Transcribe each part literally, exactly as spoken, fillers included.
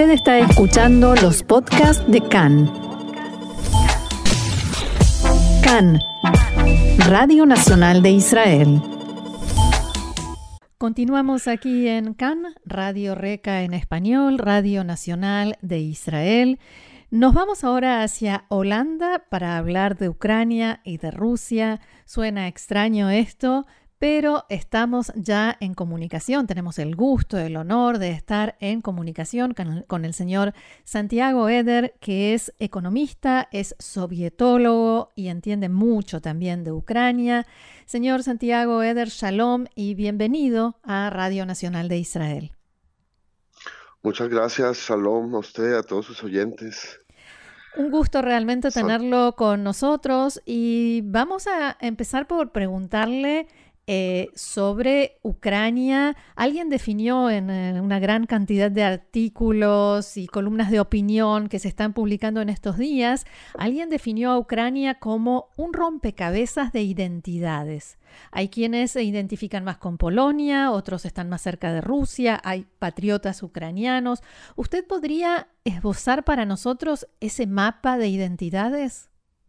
Usted está escuchando los podcasts de C A N. C A N, Radio Nacional de Israel. Continuamos aquí en C A N, Radio Reca en español, Radio Nacional de Israel. Nos vamos ahora hacia Holanda para hablar de Ucrania y de Rusia. Suena extraño esto, pero estamos ya en comunicación. Tenemos el gusto, el honor de estar en comunicación con, con el señor Santiago Eder, que es economista, es sovietólogo y entiende mucho también de Ucrania. Señor Santiago Eder, shalom y bienvenido a Radio Nacional de Israel. Muchas gracias, shalom a usted, a todos sus oyentes. Un gusto realmente tenerlo con nosotros y vamos a empezar por preguntarle Eh, sobre Ucrania. Alguien definió en, en una gran cantidad de artículos y columnas de opinión que se están publicando en estos días, alguien definió a Ucrania como un rompecabezas de identidades. Hay quienes se identifican más con Polonia, otros están más cerca de Rusia, hay patriotas ucranianos. ¿Usted podría esbozar para nosotros ese mapa de identidades?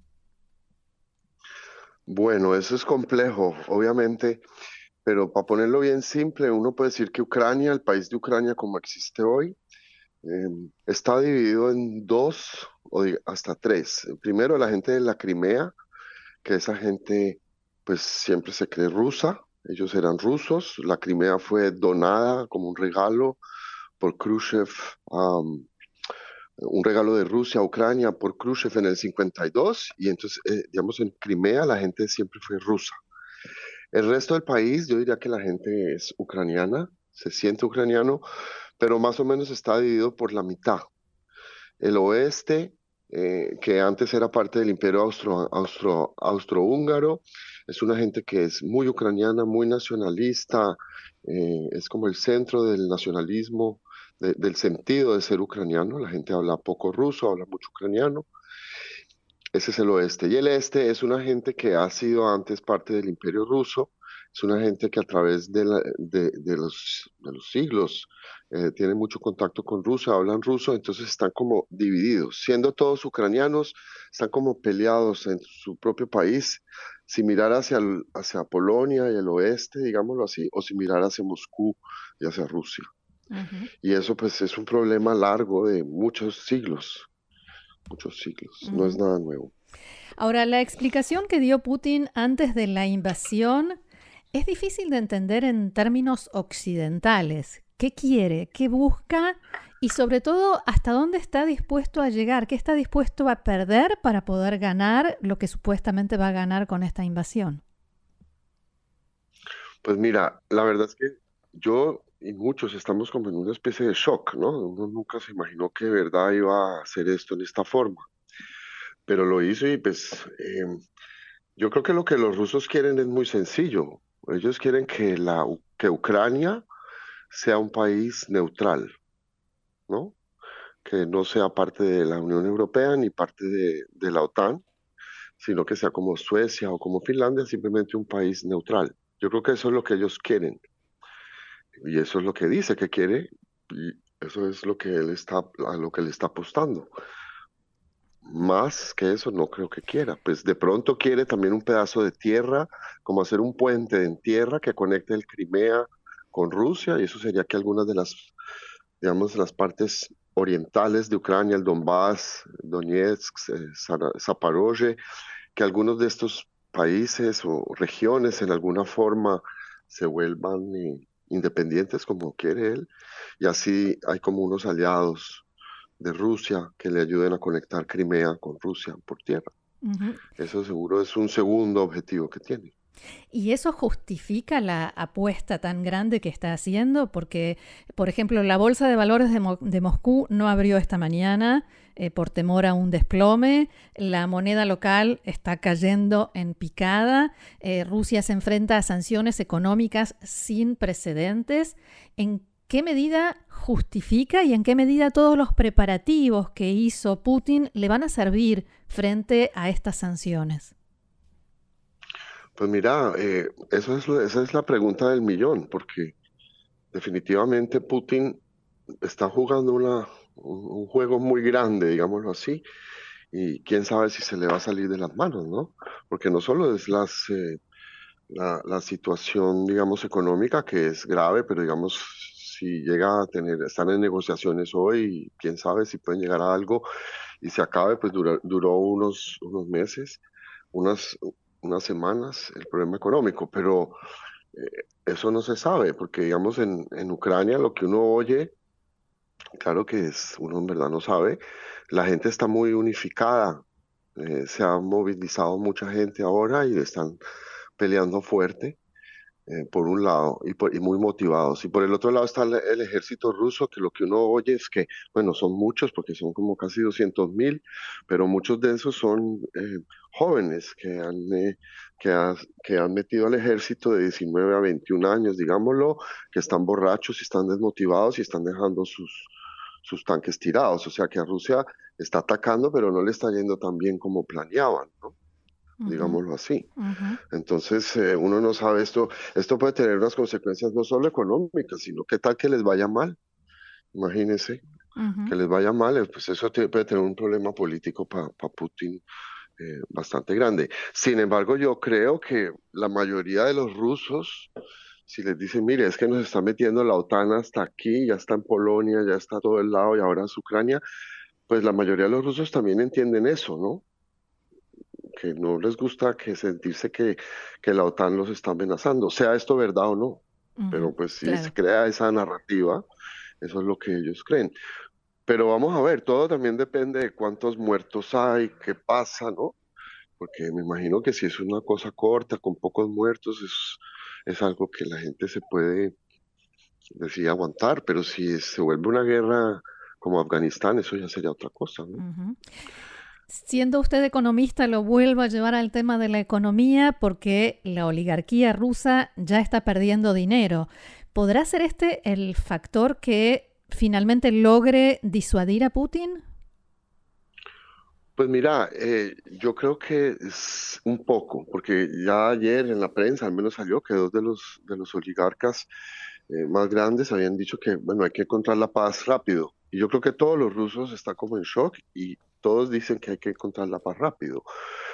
Bueno, eso es complejo, obviamente, pero para ponerlo bien simple, uno puede decir que Ucrania, el país de Ucrania como existe hoy, eh, está dividido en dos o hasta tres. Primero, la gente de la Crimea, que esa gente pues siempre se cree rusa, ellos eran rusos, la Crimea fue donada como un regalo por Khrushchev, um, un regalo de Rusia a Ucrania por Khrushchev en el cincuenta y dos, y entonces, eh, digamos, en Crimea la gente siempre fue rusa. El resto del país, yo diría que la gente es ucraniana, se siente ucraniano, pero más o menos está dividido por la mitad. El oeste, eh, que antes era parte del imperio austro, austro, austrohúngaro, es una gente que es muy ucraniana, muy nacionalista, eh, es como el centro del nacionalismo, de, del sentido de ser ucraniano. La gente habla poco ruso, habla mucho ucraniano. Ese es el oeste. Y el este es una gente que ha sido antes parte del imperio ruso, es una gente que a través de, la, de, de, los, de los siglos eh, tiene mucho contacto con Rusia, hablan ruso, entonces están como divididos. Siendo todos ucranianos, están como peleados en su propio país, si mirar hacia, el, hacia Polonia y el oeste, digámoslo así, o si mirar hacia Moscú y hacia Rusia. Uh-huh. Y eso pues es un problema largo de muchos siglos. Muchos siglos, uh-huh. No es nada nuevo. Ahora, la explicación que dio Putin antes de la invasión es difícil de entender en términos occidentales. ¿Qué quiere? ¿Qué busca? Y sobre todo, ¿hasta dónde está dispuesto a llegar? ¿Qué está dispuesto a perder para poder ganar lo que supuestamente va a ganar con esta invasión? Pues mira, la verdad es que yo y muchos estamos como en una especie de shock, ¿no? Uno nunca se imaginó que de verdad iba a hacer esto en esta forma, pero lo hizo y pues eh, yo creo que lo que los rusos quieren es muy sencillo. Ellos quieren que, la, que Ucrania sea un país neutral, ¿no? Que no sea parte de la Unión Europea ni parte de, de la OTAN, sino que sea como Suecia o como Finlandia, simplemente un país neutral. Yo creo que eso es lo que ellos quieren. Y eso es lo que dice que quiere, y eso es lo que él está, a lo que le está apostando. Más que eso no creo que quiera. Pues de pronto quiere también un pedazo de tierra, como hacer un puente en tierra que conecte el Crimea con Rusia, y eso sería que algunas de las, digamos, las partes orientales de Ucrania, el Donbass, Donetsk, Zaporozhye, que algunos de estos países o regiones en alguna forma se vuelvan eh, independientes como quiere él, y así hay como unos aliados de Rusia que le ayuden a conectar Crimea con Rusia por tierra. Uh-huh. Eso seguro es un segundo objetivo que tiene. ¿Y eso justifica la apuesta tan grande que está haciendo? Porque, por ejemplo, la Bolsa de Valores de, Mo- de Moscú no abrió esta mañana eh, por temor a un desplome. La moneda local está cayendo en picada. Eh, Rusia se enfrenta a sanciones económicas sin precedentes. ¿En qué medida justifica y en qué medida todos los preparativos que hizo Putin le van a servir frente a estas sanciones? Pues mira, eh, eso es, esa es la pregunta del millón, porque definitivamente Putin está jugando una, un, un juego muy grande, digámoslo así, y quién sabe si se le va a salir de las manos, ¿no? Porque no solo es las, eh, la, la situación, digamos, económica, que es grave, pero digamos, si llega a tener, están en negociaciones hoy, quién sabe si pueden llegar a algo y se acabe, pues dura- duró unos, unos meses, unas, unas semanas, el problema económico, pero eh, eso no se sabe, porque digamos, en, en Ucrania lo que uno oye, claro que es, uno en verdad no sabe, la gente está muy unificada, eh, se ha movilizado mucha gente ahora y están peleando fuerte, eh, por un lado, y, por- y muy motivados. Y por el otro lado está el, el ejército ruso, que lo que uno oye es que, bueno, son muchos, porque son como casi doscientos mil, pero muchos de esos son eh, jóvenes que han, eh, que, ha- que han metido al ejército de diecinueve a veintiún años, digámoslo, que están borrachos y están desmotivados y están dejando sus, sus tanques tirados. O sea que a Rusia está atacando, pero no le está yendo tan bien como planeaban, ¿no? Ujú, Digámoslo así. ujú, Entonces, eh, uno no sabe esto, esto puede tener unas consecuencias no solo económicas, sino qué tal que les vaya mal. Imagínense, ujú. que les vaya mal, eh, pues eso te- puede tener un problema político para Putin eh, bastante grande. Sin embargo, yo creo que la mayoría de los rusos, si les dicen, mire, es que nos está metiendo la OTAN hasta aquí, ya está en Polonia, ya está a todo el lado y ahora es Ucrania, pues la mayoría de los rusos también entienden eso, ¿no? Que no les gusta que sentirse que, que la OTAN los está amenazando, sea esto verdad o no. Ujú, Pero pues si se claro. crea esa narrativa, eso es lo que ellos creen. Pero vamos a ver, todo también depende de cuántos muertos hay, qué pasa, ¿no? Porque me imagino que si es una cosa corta, con pocos muertos, es, es algo que la gente se puede decir aguantar, pero si se vuelve una guerra como Afganistán, eso ya sería otra cosa, ¿no? Ujú. Siendo usted economista, lo vuelvo a llevar al tema de la economía porque la oligarquía rusa ya está perdiendo dinero. ¿Podrá ser este el factor que finalmente logre disuadir a Putin? Pues mira, eh, yo creo que es un poco, porque ya ayer en la prensa al menos salió que dos de los, de los oligarcas eh, más grandes habían dicho que, bueno, hay que encontrar la paz rápido. Y yo creo que todos los rusos están como en shock y todos dicen que hay que encontrar la paz rápido.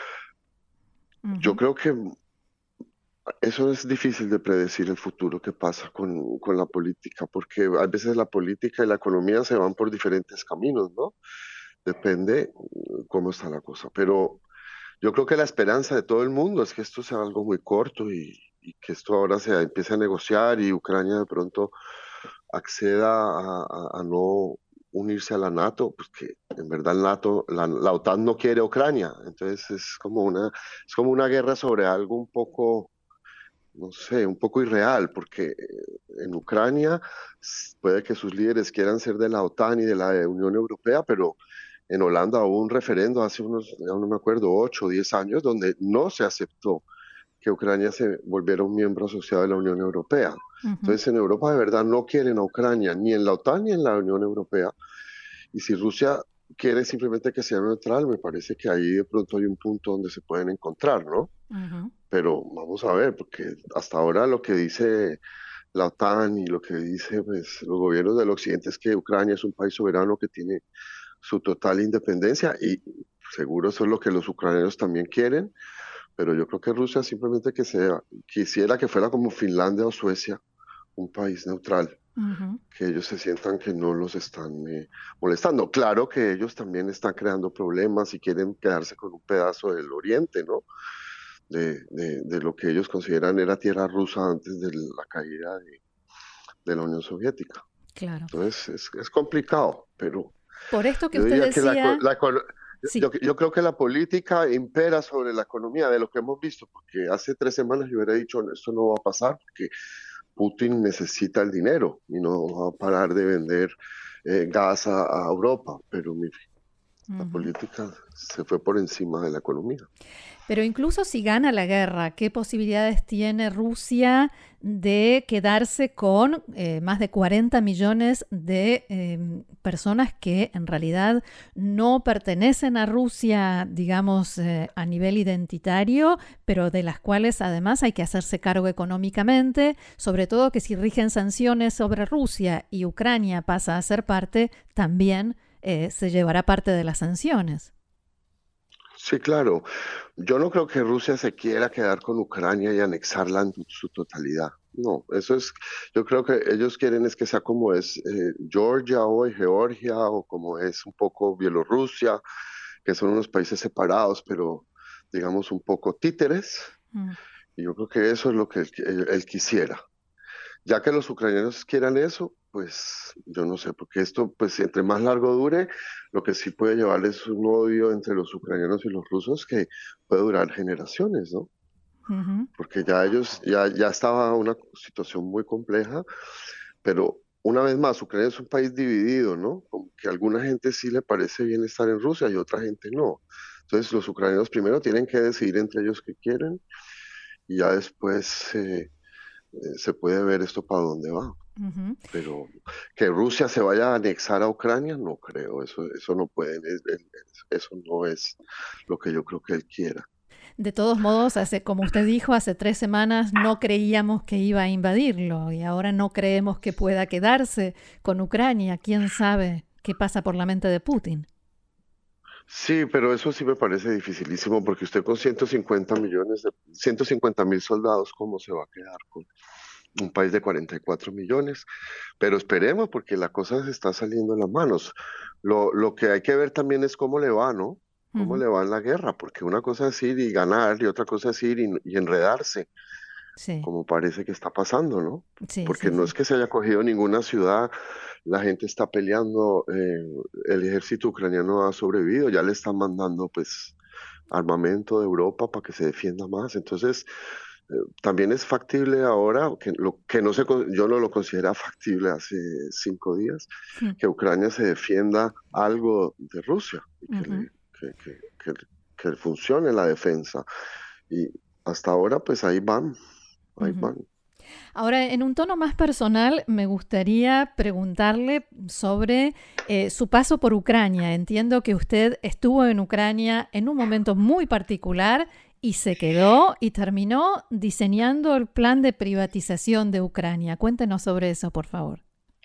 Yo Ujú, creo que eso es difícil de predecir el futuro que pasa con, con la política, porque a veces la política y la economía se van por diferentes caminos, ¿no? Depende eh, cómo está la cosa. Pero yo creo que la esperanza de todo el mundo es que esto sea algo muy corto y, y que esto ahora se empiece a negociar y Ucrania de pronto acceda a, a- a no unirse a la NATO, pues que en verdad el NATO, la, la OTAN no quiere a Ucrania, entonces es como una, es como una guerra sobre algo un poco, no sé, un poco irreal, porque eh, en Ucrania s- puede que sus líderes quieran ser de la OTAN y de la Unión Europea, pero en Holanda hubo un referendo hace unos, ya no me acuerdo, ocho o diez años, donde no se aceptó que Ucrania se volviera un miembro asociado de la Unión Europea. ujú. Entonces, en Europa de verdad no quieren a Ucrania, ni en la OTAN ni en la Unión Europea. Y si Rusia quiere simplemente que sea neutral, me parece que ahí de pronto hay un punto donde se pueden encontrar, ¿no? Ujú, Pero vamos a ver, porque hasta ahora lo que dice la OTAN y lo que dice pues, los gobiernos del occidente es que Ucrania es un país soberano que tiene su total independencia y seguro eso es lo que los ucranianos también quieren, pero yo creo que Rusia simplemente que sea, quisiera que fuera como Finlandia o Suecia, un país neutral, ujú. que ellos se sientan que no los están eh, molestando. Claro que ellos también están creando problemas y quieren quedarse con un pedazo del oriente, ¿no? De, de, de lo que ellos consideran era tierra rusa antes de la caída de, de la Unión Soviética. Claro. Entonces es, es complicado, pero Por esto que yo usted diría que la, eco- decía, la eco- yo, sí. yo creo que la política impera sobre la economía de lo que hemos visto, porque hace tres semanas yo hubiera dicho, esto no va a pasar, porque Putin necesita el dinero y no va a parar de vender eh, gas a, a Europa, pero mire, la Ujú. política se fue por encima de la economía. Pero incluso si gana la guerra, ¿qué posibilidades tiene Rusia de quedarse con eh, más de cuarenta millones de eh, personas que en realidad no pertenecen a Rusia, digamos, eh, a nivel identitario, pero de las cuales además hay que hacerse cargo económicamente, sobre todo que si rigen sanciones sobre Rusia y Ucrania pasa a ser parte, también eh, se llevará parte de las sanciones. Sí, claro. Yo no creo que Rusia se quiera quedar con Ucrania y anexarla en su totalidad. No, eso es, yo creo que ellos quieren es que sea como es eh, Georgia hoy, Georgia, o como es un poco Bielorrusia, que son unos países separados, pero digamos un poco títeres. Mm. Y yo creo que eso es lo que él, él- él quisiera. Ya que los ucranianos quieran eso, pues yo no sé, porque esto, pues entre más largo dure, lo que sí puede llevar es un odio entre los ucranianos y los rusos que puede durar generaciones, ¿no? Ujú. Porque ya ellos, ya, ya estaba una situación muy compleja, pero una vez más, Ucrania es un país dividido, ¿no? Como que a alguna gente sí le parece bien estar en Rusia y otra gente no. Entonces los ucranianos primero tienen que decidir entre ellos qué quieren y ya después eh, eh, se puede ver esto para dónde va. Ujú. Pero que Rusia se vaya a anexar a Ucrania, no creo, eso, eso no puede, es- es- eso no es lo que yo creo que él quiera. De todos modos, hace, como usted dijo, hace tres semanas no creíamos que iba a invadirlo y ahora no creemos que pueda quedarse con Ucrania. ¿Quién sabe qué pasa por la mente de Putin? Sí, pero eso sí me parece dificilísimo porque usted con ciento cincuenta millones de, ciento cincuenta mil soldados, ¿cómo se va a quedar con un país de cuarenta y cuatro millones? Pero esperemos porque la cosa se está saliendo de las manos. Lo, lo que hay que ver también es cómo le va, ¿no? Cómo Ujú. le va en la guerra, porque una cosa es ir y ganar y otra cosa es ir y, y enredarse, Sí, como parece que está pasando, ¿no? sí, Porque sí, no sí. es que se haya cogido ninguna ciudad, la gente está peleando, eh, el ejército ucraniano ha sobrevivido, ya le están mandando pues armamento de Europa para que se defienda más. Entonces, eh, también es factible ahora, que lo que no se, con- yo no lo consideraba factible hace cinco días, Mm. que Ucrania se defienda algo de Rusia y que Ujú. le, que, que, que, que funcione la defensa. Y hasta ahora, pues ahí van, ahí Ujú. van. Ahora, en un tono más personal, me gustaría preguntarle sobre eh, su paso por Ucrania. Entiendo que usted estuvo en Ucrania en un momento muy particular y se quedó y terminó diseñando el plan de privatización de Ucrania. Cuéntenos sobre eso, por favor.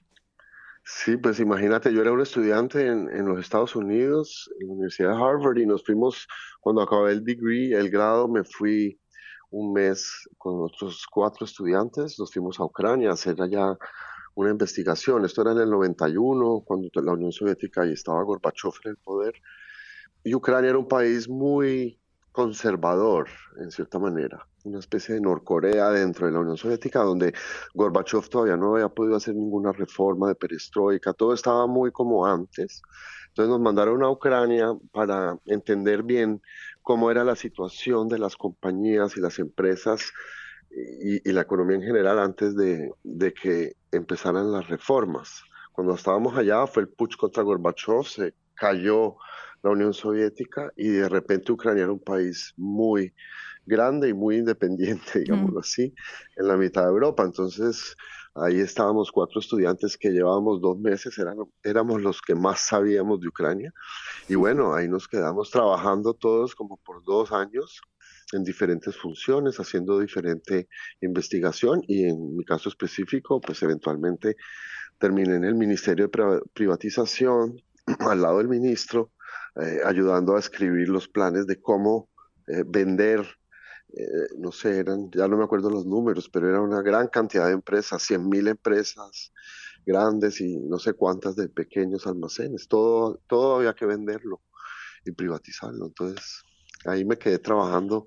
Sí, pues imagínate, yo era un estudiante en, en los Estados Unidos, en la Universidad de Harvard, y nos fuimos, cuando acabé el degree, el grado, me fui un mes con otros cuatro estudiantes, nos fuimos a Ucrania a hacer allá una investigación. Esto era en el noventa y uno, cuando la Unión Soviética y estaba Gorbachev en el poder. Y Ucrania era un país muy conservador, en cierta manera, una especie de Norcorea dentro de la Unión Soviética, donde Gorbachev todavía no había podido hacer ninguna reforma de perestroika, todo estaba muy como antes. Entonces nos mandaron a Ucrania para entender bien cómo era la situación de las compañías y las empresas y, y la economía en general antes de, de que empezaran las reformas. Cuando estábamos allá fue el putsch contra Gorbachev, se cayó la Unión Soviética y de repente Ucrania era un país muy grande y muy independiente, Mm. digámoslo así, en la mitad de Europa. Entonces ahí estábamos cuatro estudiantes que llevábamos dos meses, eran, éramos los que más sabíamos de Ucrania y bueno, ahí nos quedamos trabajando todos como por dos años en diferentes funciones, haciendo diferente investigación y en mi caso específico, pues eventualmente terminé en el Ministerio de Pri- Privatización, al lado del ministro, eh, ayudando a escribir los planes de cómo eh, vender, eh, no sé, eran, ya no me acuerdo los números, pero era una gran cantidad de empresas, cien mil empresas grandes y no sé cuántas de pequeños almacenes, todo, todo había que venderlo y privatizarlo. Entonces, ahí me quedé trabajando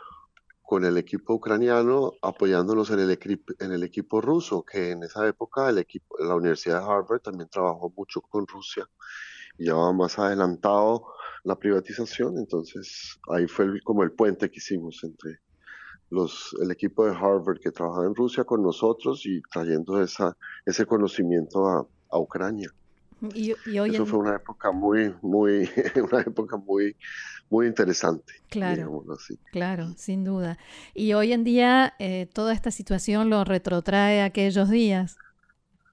con el equipo ucraniano, apoyándolos en el, equi- en el equipo ruso, que en esa época el equipo, la Universidad de Harvard también trabajó mucho con Rusia y ya va más adelantado la privatización. Entonces, ahí fue el- como el puente que hicimos entre los, el equipo de Harvard que trabajaba en Rusia con nosotros y trayendo esa, ese conocimiento a, a Ucrania. Y, y hoy Eso en, fue una época muy, muy, una época muy, muy interesante, claro, digámoslo así. claro, sin duda. Y hoy en día eh, toda esta situación lo retrotrae a aquellos días.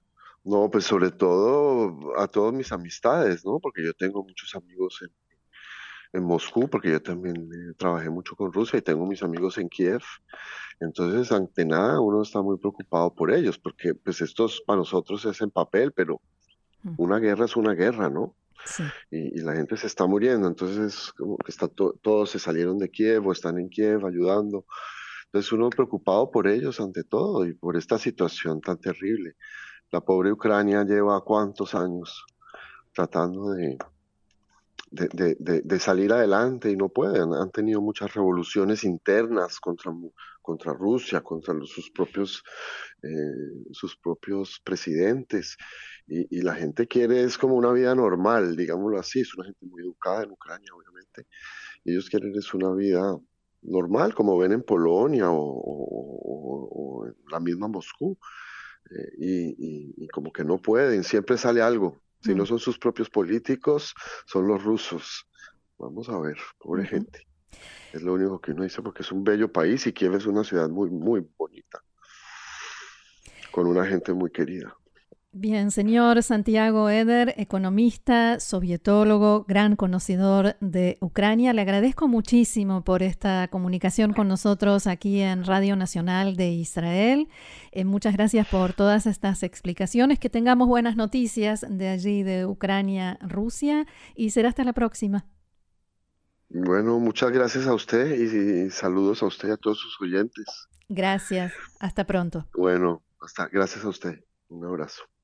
No, pues sobre todo a todas mis amistades, ¿no? Porque yo tengo muchos amigos en, en Moscú, porque yo también eh, trabajé mucho con Rusia y tengo mis amigos en Kiev. Entonces, ante nada, uno está muy preocupado por ellos, porque pues estos para nosotros es en papel, pero Mm, una guerra es una guerra, ¿no? sí. Y, y la gente se está muriendo, entonces como que está to- todos se salieron de Kiev o están en Kiev ayudando. Entonces uno preocupado por ellos ante todo y por esta situación tan terrible. La pobre Ucrania lleva cuántos años tratando de, de, de- de- de salir adelante y no pueden. Han tenido muchas revoluciones internas contra, mu- contra Rusia, contra los- sus propios, eh, sus propios presidentes. Y, y la gente quiere es como una vida normal, digámoslo así. Es una gente muy educada en Ucrania, obviamente. Y ellos quieren es una vida normal, como ven en Polonia o, o- o- o en la misma Moscú. Eh, y, y- y como que no pueden, siempre sale algo. Si no Mm, son sus propios políticos, son los rusos. Vamos a ver, pobre ujú. gente. Es lo único que uno dice porque es un bello país y Kiev es una ciudad muy, muy bonita, con una gente muy querida. Bien, señor Santiago Eder, economista, sovietólogo, gran conocedor de Ucrania, le agradezco muchísimo por esta comunicación con nosotros aquí en Radio Nacional de Israel. Eh, muchas gracias por todas estas explicaciones. Que tengamos buenas noticias de allí, de Ucrania, Rusia, y será hasta la próxima. Bueno, muchas gracias a usted y, y saludos a usted y a todos sus oyentes. Gracias. Hasta pronto. Bueno, hasta, gracias a usted. Un abrazo.